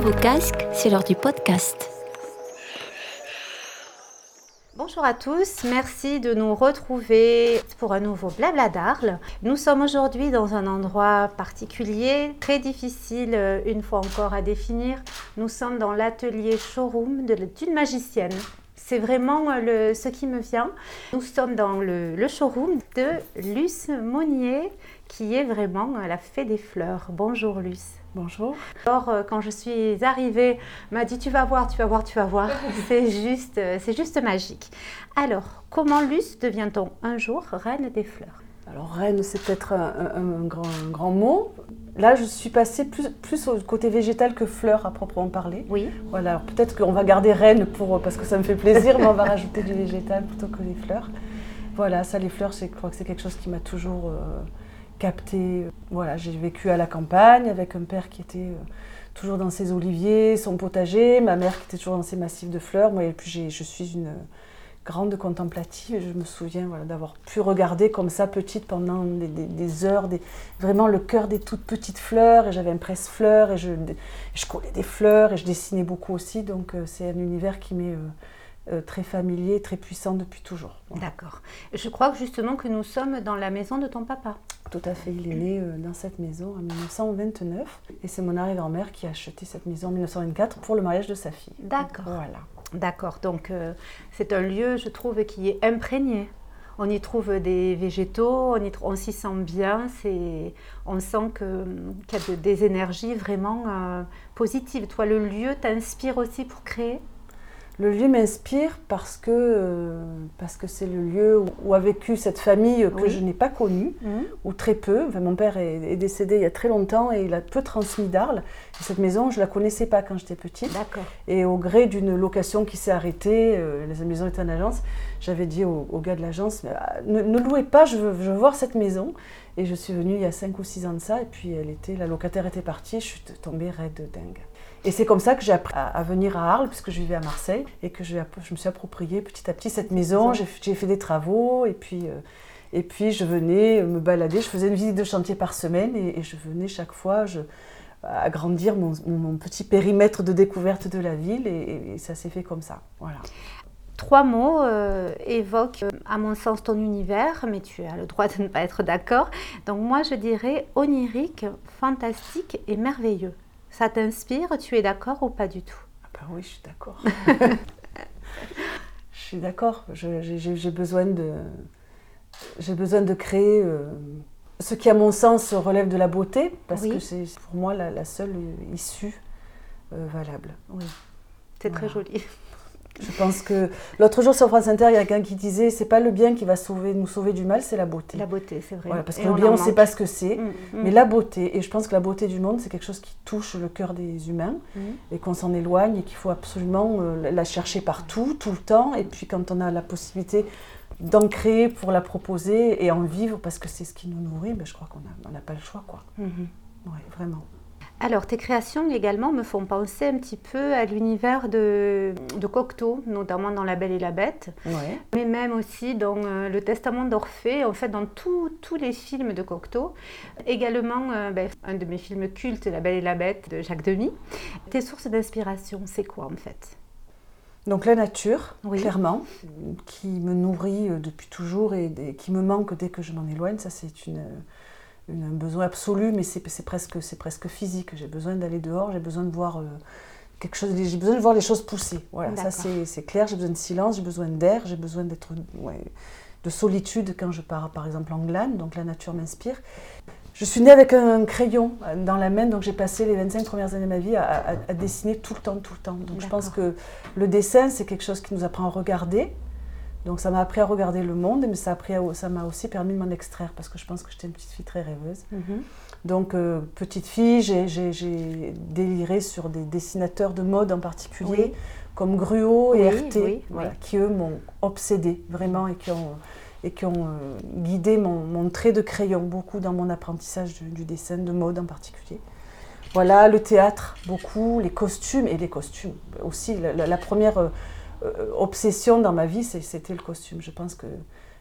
vos casques, c'est l'heure du podcast. Bonjour à tous, merci de nous retrouver pour un nouveau Blabla d'Arles. Nous sommes aujourd'hui dans un endroit particulier, très difficile une fois encore à définir. Nous sommes dans l'atelier showroom d'une magicienne. C'est vraiment ce qui me vient. Nous sommes dans le showroom de Luce Monnier, qui est vraiment la fée des fleurs. Bonjour Luce. Bonjour. Alors, quand je suis arrivée, elle m'a dit tu vas voir. C'est juste magique. Alors, comment Luce devient-on un jour reine des fleurs? Alors reine, c'est peut-être un grand mot. Là, je suis passée plus au côté végétal que fleur à proprement parler. Oui. Voilà, alors peut-être qu'on va garder reine parce que ça me fait plaisir, mais on va rajouter du végétal plutôt que des fleurs. Voilà, ça, les fleurs, je crois que c'est quelque chose qui m'a toujours captée. Voilà, j'ai vécu à la campagne avec un père qui était toujours dans ses oliviers, son potager, ma mère qui était toujours dans ses massifs de fleurs. Moi, et puis je suis une grande contemplative et je me souviens d'avoir pu regarder comme ça petite pendant des heures, vraiment le cœur des toutes petites fleurs, et j'avais un presse-fleurs et je collais des fleurs et je dessinais beaucoup aussi, donc c'est un univers qui m'est très familier, très puissant depuis toujours. Voilà. D'accord. Je crois justement que nous sommes dans la maison de ton papa. Tout à fait, il est né dans cette maison en 1929 et c'est mon arrière-grand-mère qui a acheté cette maison en 1924 pour le mariage de sa fille. D'accord. Voilà. D'accord, donc c'est un lieu, je trouve, qui est imprégné. On y trouve des végétaux, on s'y sent bien, on sent qu'il y a des énergies vraiment positives. Toi, le lieu t'inspire aussi pour créer ? Le lieu m'inspire parce que c'est le lieu où a vécu cette famille que je n'ai pas connue, ou très peu. Enfin, mon père est décédé il y a très longtemps et il a peu transmis d'Arles. Et cette maison, je ne la connaissais pas quand j'étais petite. D'accord. Et au gré d'une location qui s'est arrêtée, la maison était en agence, j'avais dit au gars de l'agence, ne louez pas, je veux voir cette maison. Et je suis venue il y a 5 ou 6 ans de ça, et puis la locataire était partie, je suis tombée raide de dingue. Et c'est comme ça que j'ai appris à venir à Arles, puisque je vivais à Marseille, et que je me suis approprié petit à petit cette maison. J'ai fait des travaux, et puis je venais me balader. Je faisais une visite de chantier par semaine, et je venais chaque fois agrandir mon petit périmètre de découverte de la ville, et ça s'est fait comme ça. Voilà. 3 mots évoquent, à mon sens, ton univers, mais tu as le droit de ne pas être d'accord. Donc moi, je dirais onirique, fantastique et merveilleux. Ça t'inspire? Tu es d'accord ou pas du tout? Ah ben oui, je suis d'accord. Je suis d'accord. J'ai besoin de créer ce qui, à mon sens, relève de la beauté, parce que c'est pour moi la seule issue valable. Oui, c'est très joli. Je pense que l'autre jour sur France Inter, il y a quelqu'un qui disait c'est pas le bien qui va nous sauver du mal, c'est la beauté. La beauté, c'est vrai. Voilà, parce que le bien, on ne sait pas ce que c'est, mais la beauté, et je pense que la beauté du monde, c'est quelque chose qui touche le cœur des humains, et qu'on s'en éloigne, et qu'il faut absolument la chercher partout, tout le temps, et puis quand on a la possibilité d'en créer pour la proposer et en vivre, parce que c'est ce qui nous nourrit, ben je crois qu'on n'a pas le choix, quoi. Ouais, vraiment. Alors, tes créations également me font penser un petit peu à l'univers de Cocteau, notamment dans La Belle et la Bête, mais même aussi dans Le Testament d'Orphée, en fait dans tous les films de Cocteau. Également, un de mes films cultes, La Belle et la Bête, de Jacques Demy. Tes sources d'inspiration, c'est quoi en fait ? Donc la nature, clairement, qui me nourrit depuis toujours et qui me manque dès que je m'en éloigne, ça c'est un besoin absolu, mais c'est presque physique. J'ai besoin d'aller dehors, j'ai besoin de voir quelque chose, j'ai besoin de voir les choses pousser. Voilà, ça c'est clair, j'ai besoin de silence, j'ai besoin d'air, j'ai besoin de solitude quand je pars par exemple en glane, donc la nature m'inspire. Je suis née avec un crayon dans la main, donc j'ai passé les 25 premières années de ma vie à dessiner tout le temps. Donc je pense que le dessin, c'est quelque chose qui nous apprend à regarder. Donc ça m'a appris à regarder le monde, mais ça m'a aussi permis de m'en extraire, parce que je pense que j'étais une petite fille très rêveuse. Donc petite fille, j'ai déliré sur des dessinateurs de mode en particulier, comme Gruot et RT, qui eux m'ont obsédée vraiment, et qui ont guidé mon trait de crayon beaucoup dans mon apprentissage du dessin de mode en particulier. Voilà, le théâtre, beaucoup, les costumes aussi. La première obsession dans ma vie, c'était le costume. Je pense que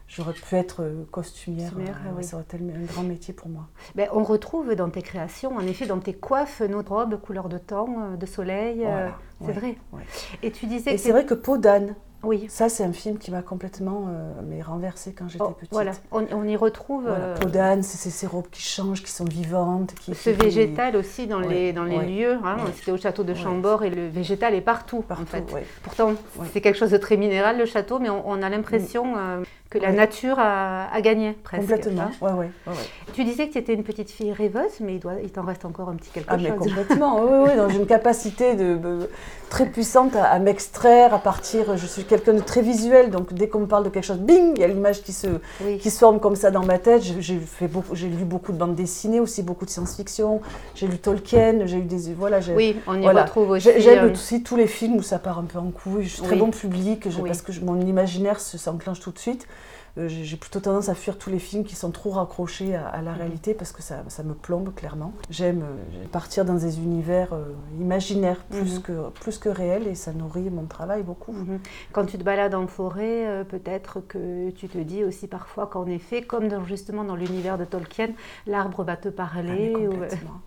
J'aurais pu être costumière, oui. Ça aurait été un grand métier pour moi. Ben, on retrouve dans tes créations, en effet, dans tes coiffes, nos robes couleur de temps, de soleil, Voilà, c'est vrai. Ouais. Et tu disais Et que c'est vrai que Peau d'âne, oui. ça c'est un film qui m'a complètement renversée quand j'étais petite. Voilà, on y retrouve... Peau d'âne, c'est ces robes qui changent, qui sont vivantes. Ce végétal aussi dans les lieux, hein, c'était au château de Chambord et le végétal est partout en fait. Ouais. Pourtant, c'est quelque chose de très minéral le château, mais on a l'impression que la nature a gagné presque. Complètement, hein. ouais. Tu disais que tu étais une petite fille rêveuse, mais il t'en reste encore un petit quelque chose. Mais complètement, oui, dans une capacité très puissante à m'extraire, à partir. Je suis quelqu'un de très visuel, donc dès qu'on me parle de quelque chose, bing, il y a l'image qui se forme comme ça dans ma tête. J'ai lu beaucoup de bandes dessinées, aussi beaucoup de science-fiction. J'ai lu Tolkien, j'ai eu des... Oui, on y retrouve aussi... J'aime aussi tous les films où ça part un peu en couille. Je suis très bon public, parce que mon imaginaire s'enclenche tout de suite. J'ai plutôt tendance à fuir tous les films qui sont trop raccrochés à la réalité parce que ça me plombe clairement. J'aime partir dans des univers imaginaires plus que réels et ça nourrit mon travail beaucoup. Quand tu te balades en forêt, peut-être que tu te dis aussi parfois qu'en effet, comme justement dans l'univers de Tolkien, l'arbre va te parler. Complètement.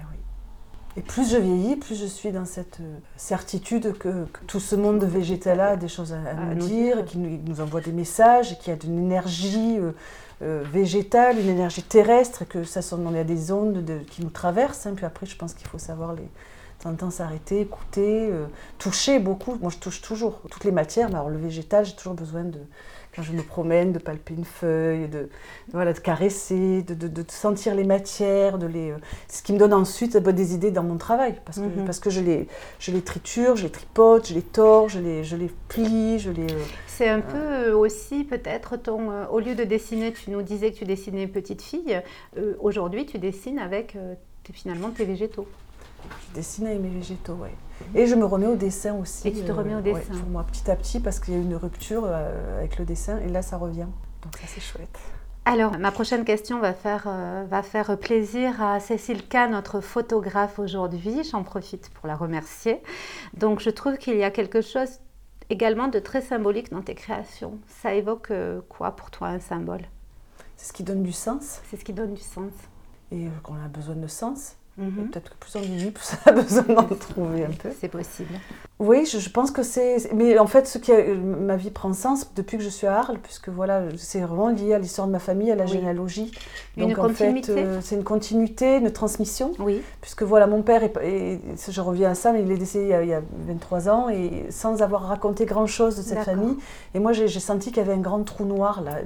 Et plus je vieillis, plus je suis dans cette certitude que tout ce monde végétal-là a des choses à nous dire, qui nous envoie des messages, qu'il y a une énergie végétale, une énergie terrestre, et que on a des ondes qui nous traversent. Puis après, je pense qu'il faut savoir de temps en temps s'arrêter, écouter, toucher beaucoup. Moi, je touche toujours toutes les matières, mais alors le végétal, j'ai toujours besoin quand je me promène, de palper une feuille, de caresser, de sentir les matières, ce qui me donne ensuite des idées dans mon travail, parce que je les triture, je les tripote, je les tords, je les plie, C'est un peu aussi peut-être au lieu de dessiner, tu nous disais que tu dessinais petite fille, aujourd'hui tu dessines avec finalement tes végétaux. Je dessine avec mes végétaux, oui. Et je me remets au dessin aussi. Et tu te remets au dessin. Pour moi, petit à petit, parce qu'il y a eu une rupture avec le dessin, et là, ça revient. Donc ça, c'est chouette. Alors, ma prochaine question va faire plaisir à Cécile K, notre photographe aujourd'hui. J'en profite pour la remercier. Donc, je trouve qu'il y a quelque chose également de très symbolique dans tes créations. Ça évoque quoi pour toi, un symbole ? C'est ce qui donne du sens. C'est ce qui donne du sens. Et qu'on a besoin de sens. Et peut-être que plus on vieillit, plus on a besoin d'en trouver un peu. C'est possible. Oui, je pense que c'est... Mais en fait, ma vie prend sens depuis que je suis à Arles, puisque voilà, c'est vraiment lié à l'histoire de ma famille, à la généalogie. Donc, une continuité. En fait, c'est une continuité, une transmission. Oui. Puisque voilà, mon père, je reviens à ça, mais il est décédé il y a 23 ans, et sans avoir raconté grand-chose de cette famille. Et moi, j'ai senti qu'il y avait un grand trou noir là,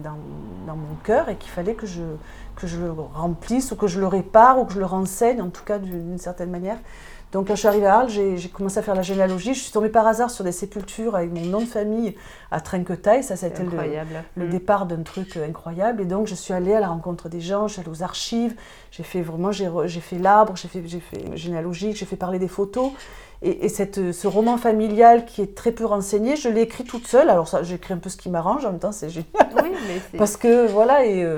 dans mon cœur, et qu'il fallait que je le remplisse, ou que je le répare, ou que je le renseigne, en tout cas d'une certaine manière. Donc quand je suis arrivée à Arles, j'ai commencé à faire la généalogie. Je suis tombée par hasard sur des sépultures avec mon nom de famille à Trinquetail. Ça a été le départ d'un truc incroyable. Et donc je suis allée à la rencontre des gens, je suis allée aux archives. J'ai fait l'arbre, j'ai fait généalogique, j'ai fait parler des photos. Et ce roman familial qui est très peu renseigné, je l'ai écrit toute seule. Alors ça, j'écris un peu ce qui m'arrange, en même temps c'est génial. Oui, mais parce que voilà...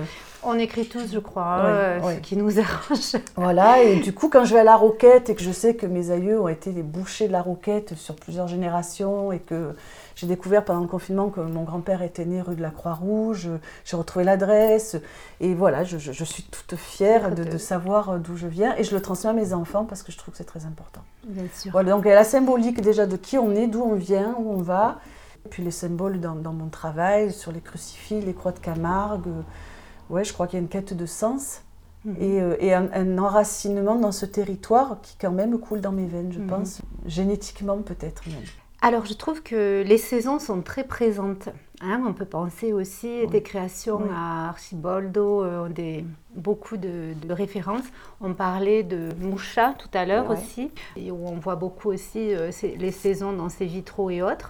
On écrit tous, je crois, ce qui nous arrange. Voilà, et du coup, quand je vais à la Roquette et que je sais que mes aïeux ont été les bouchers de la Roquette sur plusieurs générations et que j'ai découvert pendant le confinement que mon grand-père était né rue de la Croix-Rouge, j'ai retrouvé l'adresse et voilà, je suis toute fière de savoir d'où je viens et je le transmets à mes enfants parce que je trouve que c'est très important. Bien sûr. Voilà, donc il y a la symbolique déjà de qui on est, d'où on vient, où on va, et puis les symboles dans mon travail, sur les crucifix, les croix de Camargue. Ouais, je crois qu'il y a une quête de sens et un enracinement dans ce territoire qui quand même coule dans mes veines, je pense, génétiquement peut-être même. Alors, je trouve que les saisons sont très présentes. On peut penser aussi des créations à Archibaldo, beaucoup de références. On parlait de Moucha tout à l'heure aussi, et où on voit beaucoup aussi les saisons dans ses vitraux et autres.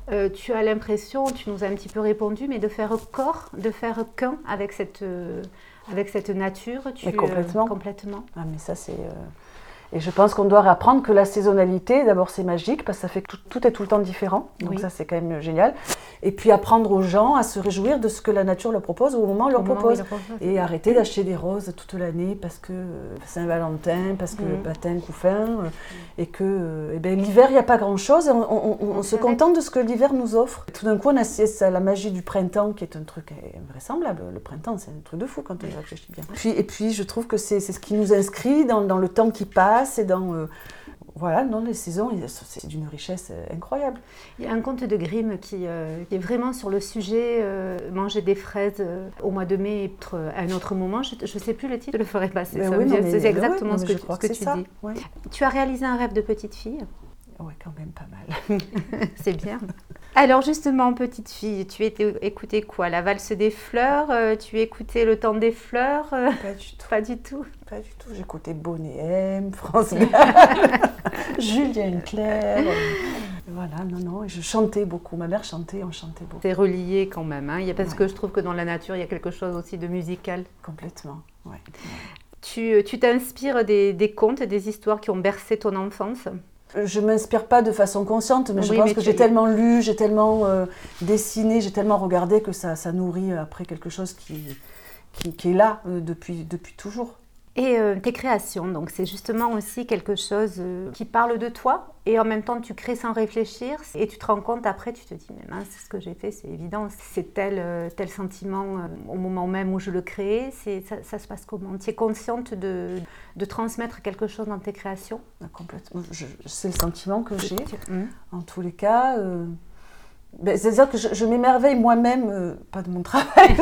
Tu as l'impression, tu nous as un petit peu répondu, mais de faire corps, de faire qu'un avec cette nature. Complètement. Complètement. Ah, mais ça, c'est... Et je pense qu'on doit apprendre que la saisonnalité, d'abord c'est magique parce que ça fait que tout est tout le temps différent. Donc ça c'est quand même génial. Et puis apprendre aux gens à se réjouir de ce que la nature leur propose au moment où leur propose. Et arrêter d'acheter des roses toute l'année parce que Saint-Valentin, parce que le patin couffin. Et que l'hiver il n'y a pas grand chose. Et on se contente de ce que l'hiver nous offre. Et tout d'un coup on a la magie du printemps qui est un truc invraisemblable. Le printemps c'est un truc de fou quand on y réfléchit bien. Et puis je trouve que c'est ce qui nous inscrit dans le temps qui passe. Et dans les saisons, c'est d'une richesse incroyable. Il y a un conte de Grimm qui est vraiment sur le sujet manger des fraises au mois de mai à un autre moment. Je ne sais plus le titre, je le ferai passer. C'est exactement ce que tu dis. Ouais. Tu as réalisé un rêve de petite fille? Oui, quand même pas mal. C'est bien. Alors justement, petite fille, tu écoutais quoi? La valse des fleurs? Tu écoutais le temps des fleurs? Pas du tout. Pas du tout? Pas du tout. J'écoutais Bonnet M, France Gall, Julien Clerc. Voilà, non. Et je chantais beaucoup. Ma mère chantait, on chantait beaucoup. C'est relié quand même, hein, parce que je trouve que dans la nature, il y a quelque chose aussi de musical. Complètement, oui. Tu t'inspires des contes, des histoires qui ont bercé ton enfance? Je ne m'inspire pas de façon consciente, mais je pense que j'ai tellement lu, j'ai tellement dessiné, j'ai tellement regardé que ça nourrit après quelque chose qui est là depuis toujours. Et tes créations, donc c'est justement aussi quelque chose qui parle de toi et en même temps tu crées sans réfléchir et tu te rends compte après, tu te dis mais mince, c'est ce que j'ai fait, c'est évident, c'est tel sentiment au moment même où je le crée, ça se passe comment? Tu es consciente de transmettre quelque chose dans tes créations? Complètement, c'est le sentiment que j'ai, en tous les cas. C'est-à-dire que je m'émerveille moi-même, pas de mon travail,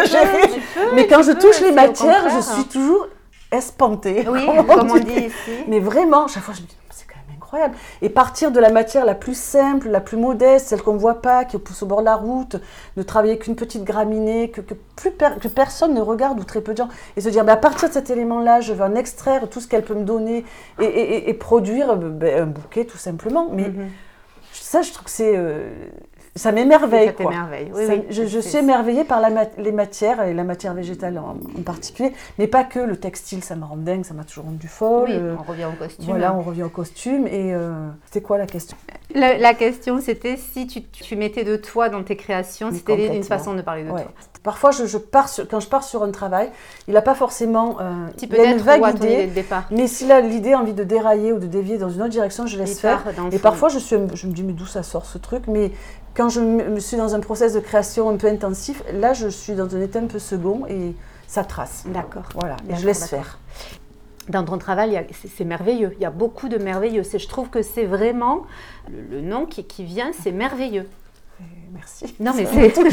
mais quand je touche les matières, je suis toujours espantée. Oui, comme on dit ici. Mais vraiment, chaque fois je me dis, c'est quand même incroyable. Et partir de la matière la plus simple, la plus modeste, celle qu'on ne voit pas, qui pousse au bord de la route, de travailler avec une petite graminée, que personne ne regarde ou très peu de gens, et se dire, à partir de cet élément-là, je vais en extraire tout ce qu'elle peut me donner et produire un bouquet tout simplement. Mais ça, je trouve que c'est... ça m'émerveille. Ça t'émerveille. Oui, je suis émerveillée par les matières, et la matière végétale en particulier, mais pas que. Le textile, ça me rend dingue, ça m'a toujours rendue folle. Oui, on revient au costume. Voilà, on revient au costume. Et c'était quoi la question? La question, c'était si tu mettais de toi dans tes créations, c'était une façon de parler de toi. Parfois, quand je pars sur un travail, il n'a pas forcément il y a une vague idée de départ. Mais s'il a l'idée, envie de dérailler ou de dévier dans une autre direction, je laisse faire. Et parfois, je me dis, mais d'où ça sort ce truc? Mais quand je me suis dans un process de création un peu intensif, là, je suis dans un état un peu second et ça trace. D'accord. Voilà, et je laisse faire. Dans ton travail, c'est merveilleux. Il y a beaucoup de merveilleux. Je trouve que c'est vraiment le nom qui vient, c'est merveilleux. Merci. Non, mais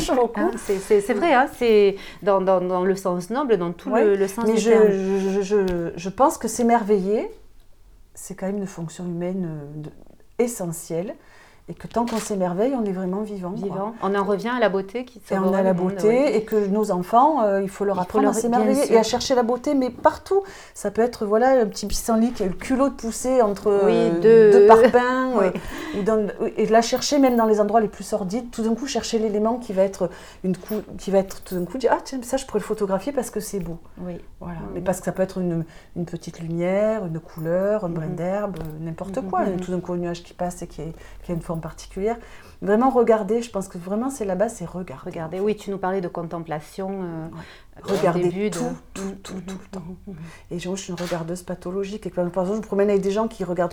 c'est vrai, hein, c'est dans le sens noble, dans tout le sens du terme. Je pense que s'émerveiller, c'est quand même une fonction humaine essentielle. Et que tant qu'on s'émerveille, on est vraiment vivant. On en revient à la beauté qui Et on a la beauté, et que nos enfants, il faut leur apprendre à s'émerveiller et à chercher la beauté, mais partout. Ça peut être un petit pissenlit qui a le culot de pousser entre deux parpaings, et de la chercher même dans les endroits les plus sordides. Tout d'un coup, chercher l'élément qui va être tout d'un coup dire, ah tiens, ça je pourrais le photographier parce que c'est beau. Oui. Voilà. Mais parce que ça peut être une petite lumière, une couleur, un brin d'herbe, n'importe quoi. Tout d'un coup, un nuage qui passe et qui a une forme particulière. Vraiment regarder, je pense que vraiment c'est la base, c'est regarder. Oui, tu nous parlais de contemplation. Regarder tout le temps. Et je suis une regardeuse pathologique. Et par exemple, je me promène avec des gens qui regardent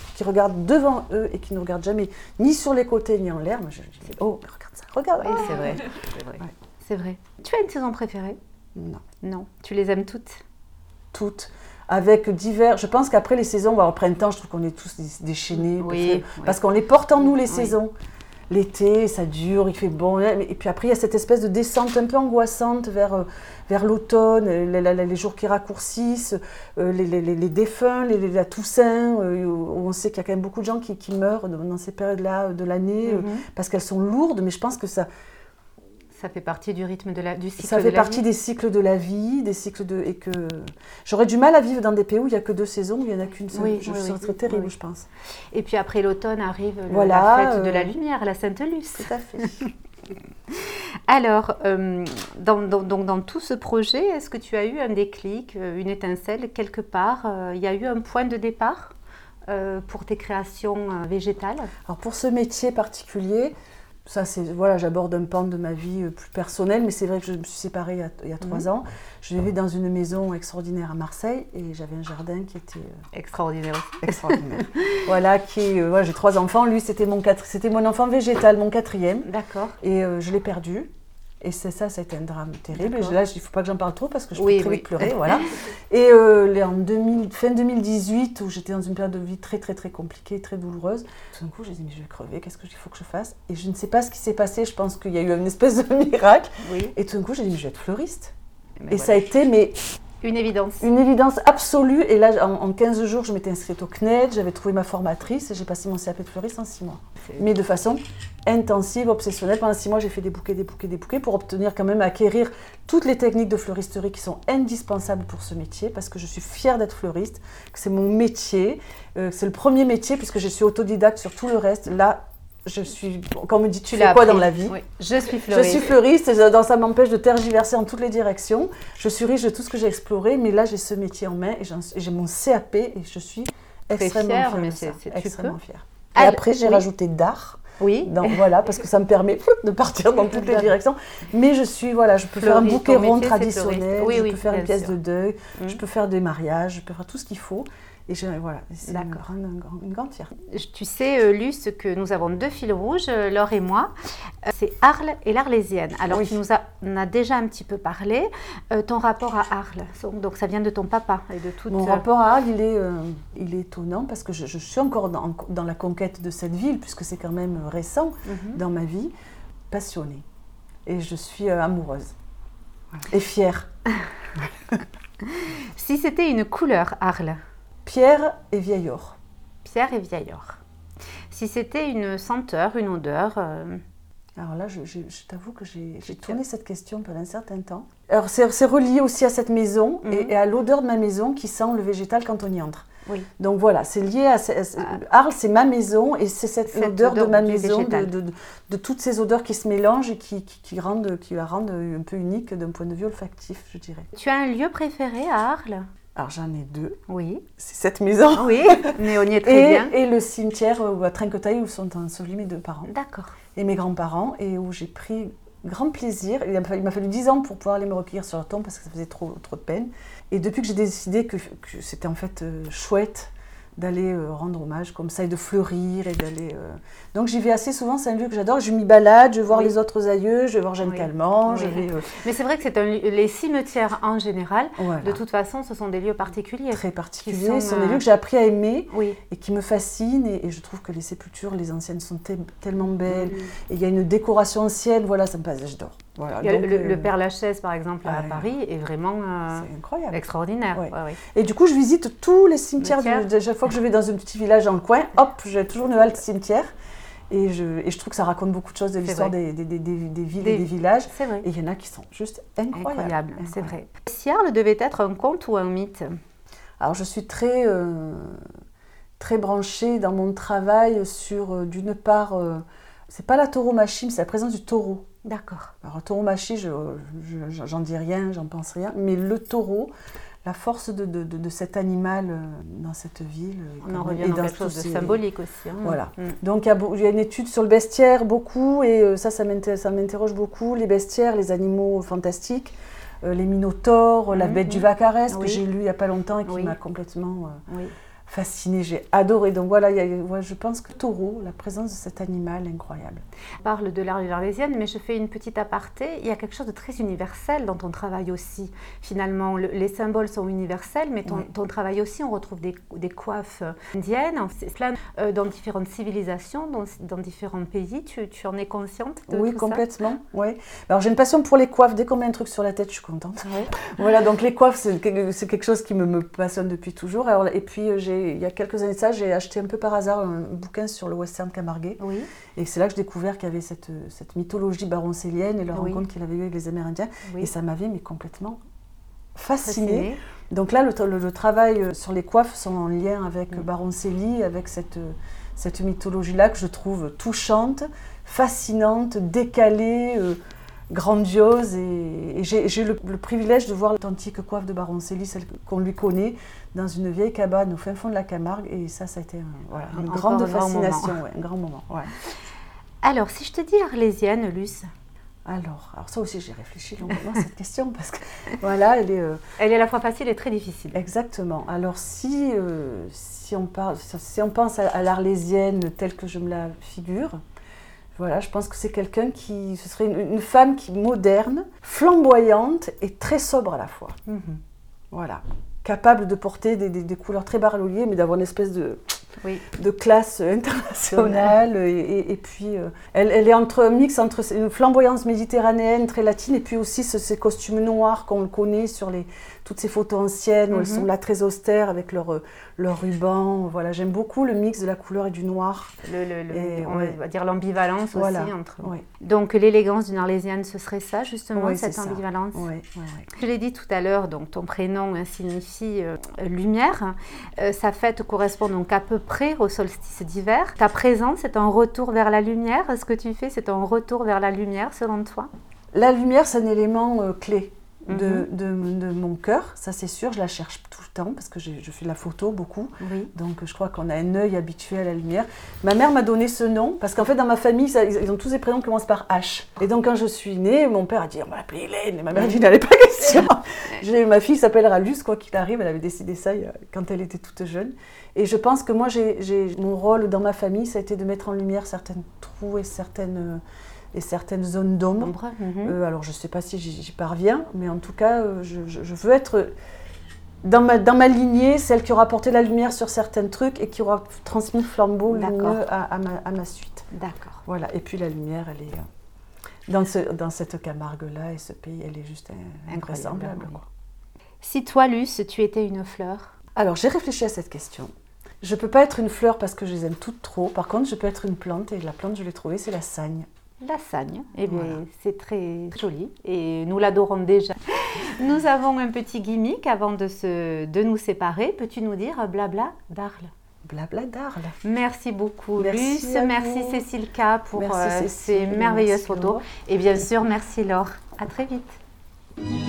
devant eux et qui ne regardent jamais ni sur les côtés ni en l'air. Moi, je dis, oh, regarde ça, regarde. Oui, c'est vrai. C'est vrai. Tu as une saison préférée? Non. Tu les aimes toutes? Toutes. Avec divers... Je pense qu'après les saisons, au printemps, je trouve qu'on est tous déchaînés. Parce qu'on les porte en nous, les saisons. L'été, ça dure, il fait bon. Et puis après, il y a cette espèce de descente un peu angoissante vers l'automne, les jours qui raccourcissent, les défunts, la Toussaint, où on sait qu'il y a quand même beaucoup de gens qui meurent dans ces périodes-là de l'année, parce qu'elles sont lourdes, mais je pense que ça... Ça fait partie du rythme du cycle de la vie. Ça fait partie des cycles de la vie, et que j'aurais du mal à vivre dans des pays où il n'y a que 2 saisons, où il n'y en a qu'une seule. Ce serait terrible, je pense. Et puis après l'automne arrive la fête de la lumière, la Sainte-Luce. Tout à fait. Alors, dans tout ce projet, est-ce que tu as eu un déclic, une étincelle quelque part? Il y a eu un point de départ pour tes créations végétales? Alors pour ce métier particulier, ça c'est voilà, j'aborde un pan de ma vie plus personnelle, mais c'est vrai que je me suis séparée il y a 3 ans. Je vivais dans une maison extraordinaire à Marseille et j'avais un jardin qui était extraordinaire aussi. Extraordinaire. Voilà, voilà, j'ai 3 enfants. Lui, c'était mon enfant végétal, mon 4e. D'accord. Et je l'ai perdu. Et ça a été un drame terrible. Et là, il ne faut pas que j'en parle trop parce que je peux très vite pleurer. Voilà. Et fin 2018, où j'étais dans une période de vie très, très, très compliquée, très douloureuse, tout d'un coup, j'ai dit, mais je vais crever, qu'est-ce qu'il faut que je fasse? Et je ne sais pas ce qui s'est passé. Je pense qu'il y a eu une espèce de miracle. Oui. Et tout d'un coup, j'ai dit, mais je vais être fleuriste. Mais ça a été une évidence. Une évidence absolue. Et là, en 15 jours, je m'étais inscrite au CNED, j'avais trouvé ma formatrice et j'ai passé mon CAP de fleuriste en 6 mois. Mais de façon intensive, obsessionnelle. Pendant 6 mois, j'ai fait des bouquets pour obtenir quand même, acquérir toutes les techniques de fleuristerie qui sont indispensables pour ce métier parce que je suis fière d'être fleuriste, que c'est mon métier, c'est le premier métier puisque je suis autodidacte sur tout le reste. Là, quand on me dit tu fais quoi dans la vie? Oui. Je suis fleuriste. Je suis fleuriste et ça m'empêche de tergiverser en toutes les directions. Je suis riche de tout ce que j'ai exploré, mais là j'ai ce métier en main et j'ai mon CAP et je suis extrêmement fière de ça. Extrêmement fière. Et après j'ai rajouté d'art. Oui. Voilà, parce que ça me permet de partir dans toutes les directions. Mais je peux faire un bouquet rond traditionnel, je peux faire une pièce de deuil, je peux faire des mariages, je peux faire tout ce qu'il faut. Et voilà, c'est une grande fierté. Tu sais, Luce, que nous avons 2 fils rouges, Laure et moi. C'est Arles et l'Arlésienne. Alors, tu nous en as déjà un petit peu parlé. Ton rapport à Arles, donc ça vient de ton papa et de toute... Mon rapport à Arles, il est étonnant parce que je suis encore dans la conquête de cette ville, puisque c'est quand même récent dans ma vie, passionnée. Et je suis amoureuse et fière. Si c'était une couleur, Arles? Pierre et vieil or. Pierre et vieil or. Si c'était une senteur, une odeur... Alors là, je t'avoue que j'ai tourné cette question pendant un certain temps. Alors c'est relié aussi à cette maison et à l'odeur de ma maison qui sent le végétal quand on y entre. Oui. Donc voilà, c'est lié à... Arles, c'est ma maison et c'est cette odeur de ma maison, de toutes ces odeurs qui se mélangent et qui la rendent un peu unique d'un point de vue olfactif, je dirais. Tu as un lieu préféré à Arles? Alors j'en ai 2. Oui. C'est cette maison. Oui, mais on y est très bien. Et le cimetière à Trinquetaille où sont ensevelis mes 2 parents. D'accord. Et mes grands-parents, et où j'ai pris grand plaisir. Il m'a fallu 10 ans pour pouvoir aller me recueillir sur la tombe parce que ça faisait trop de peine. Et depuis que j'ai décidé que c'était en fait chouette d'aller rendre hommage comme ça et de fleurir et d'aller... Donc j'y vais assez souvent, c'est un lieu que j'adore, je m'y balade, je vais voir les autres aïeux, je vais voir Jeanne Calment, je vais... Mais c'est vrai que les cimetières en général, de toute façon, ce sont des lieux particuliers. Très particuliers, ce sont des lieux que j'ai appris à aimer et qui me fascinent et je trouve que les sépultures, les anciennes sont tellement belles et il y a une décoration ancienne, voilà, ça me passe, j'adore. Voilà, donc, le Père Lachaise, par exemple, à Paris, est vraiment c'est incroyable. Extraordinaire. Ouais. Et du coup, je visite tous les cimetières. Chaque fois que je vais dans un petit village dans le coin, hop, j'ai toujours une halte cimetière. Et je trouve que ça raconte beaucoup de choses de l'histoire des villes et des villages. C'est vrai. Et il y en a qui sont juste incroyables. C'est vrai. Si Arles devait être un conte ou un mythe? Alors, je suis très branchée dans mon travail sur, d'une part, c'est pas la tauromachie, mais c'est la présence du taureau. D'accord. Alors, tauromachie, j'en dis rien, j'en pense rien, mais le taureau, la force de cet animal dans cette ville. On en revient dans quelque chose de symbolique aussi. Hein. Voilà. Donc il y a une étude sur le bestiaire, beaucoup, et ça m'interroge beaucoup. Les bestiaires, les animaux fantastiques, les minotaures, la bête du Vaccarès, que j'ai lu il n'y a pas longtemps et qui m'a complètement fascinée, j'ai adoré. Donc voilà, je pense que taureau, la présence de cet animal incroyable. On parle de l'Arlésienne, mais je fais une petite aparté. Il y a quelque chose de très universel dans ton travail aussi. Finalement, les symboles sont universels, mais ton travail aussi, on retrouve des coiffes indiennes, plein dans différentes civilisations, dans différents pays. Tu en es consciente de tout ça? Oui, complètement. Oui. Alors j'ai une passion pour les coiffes. Dès qu'on met un truc sur la tête, je suis contente. Oui. Voilà, donc les coiffes, c'est quelque chose qui me passionne depuis toujours. Alors, et puis il y a quelques années de ça, j'ai acheté un peu par hasard un bouquin sur le western camarguais. Oui. Et c'est là que j'ai découvert qu'il y avait cette mythologie baroncélienne et leur rencontre qu'il avait eu avec les Amérindiens. Oui. Et ça m'avait complètement fascinée. Donc là, le travail sur les coiffes sont en lien avec Baroncélie, avec cette mythologie-là que je trouve touchante, fascinante, décalée, grandiose. Et j'ai eu le privilège de voir l'authentique coiffe de Baroncelli, celle qu'on lui connaît, dans une vieille cabane au fin fond de la Camargue. Et ça a été une grande fascination, un grand moment. Ouais. Alors, si je te dis arlésienne, Luce? Alors ça aussi, j'ai réfléchi longuement à cette question parce que voilà, elle est à la fois facile et très difficile. Exactement. Alors si on pense à l'arlésienne telle que je me la figure, voilà, je pense que c'est quelqu'un ce serait une femme moderne, flamboyante et très sobre à la fois. Voilà, capable de porter des couleurs très bariolées, mais d'avoir une espèce de classe internationale. Et puis, elle est un mix entre une flamboyance méditerranéenne très latine et puis aussi ces costumes noirs qu'on connaît sur toutes ces photos anciennes où elles sont là très austères avec leur ruban. Voilà, j'aime beaucoup le mix de la couleur et du noir. On va dire l'ambivalence voilà. Aussi entre. Donc l'élégance d'une arlésienne, ce serait ça justement, cette ambivalence. Oui. Je l'ai dit tout à l'heure, donc ton prénom signifie lumière. Sa fête correspond donc à peu près au solstice d'hiver. Ta présence, c'est un retour vers la lumière. Ce que tu fais, c'est un retour vers la lumière selon toi? La lumière, c'est un élément clé. De mon cœur, ça c'est sûr, je la cherche tout le temps parce que je fais de la photo beaucoup, donc je crois qu'on a un œil habitué à la lumière. Ma mère m'a donné ce nom parce qu'en fait dans ma famille, ils ont tous des prénoms qui commencent par H. Et donc quand je suis née, mon père a dit on va l'appeler Hélène et ma mère a dit n'allez pas question. Ma fille s'appellera Luce quoi qu'il arrive, elle avait décidé ça quand elle était toute jeune. Et je pense que moi mon rôle dans ma famille, ça a été de mettre en lumière certains trous et certaines zones d'ombre. Alors, je ne sais pas si j'y parviens, mais en tout cas, je veux être dans ma lignée, celle qui aura apporté la lumière sur certains trucs et qui aura transmis le flambeau lumineux à ma suite. D'accord. Voilà. Et puis la lumière, elle est dans cette Camargue-là et ce pays, elle est juste invraisemblable. Si toi, Luce, tu étais une fleur? Alors, j'ai réfléchi à cette question. Je ne peux pas être une fleur parce que je les aime toutes trop. Par contre, je peux être une plante et la plante, je l'ai trouvée, c'est la sagne. La sagne, c'est très joli et nous l'adorons déjà. Nous avons un petit gimmick avant de nous séparer. Peux-tu nous dire blabla d'Arles? Blabla d'Arles. Merci beaucoup Luce, merci Cécile K pour ces merveilleuses photos. Et bien sûr, merci Laure. À très vite.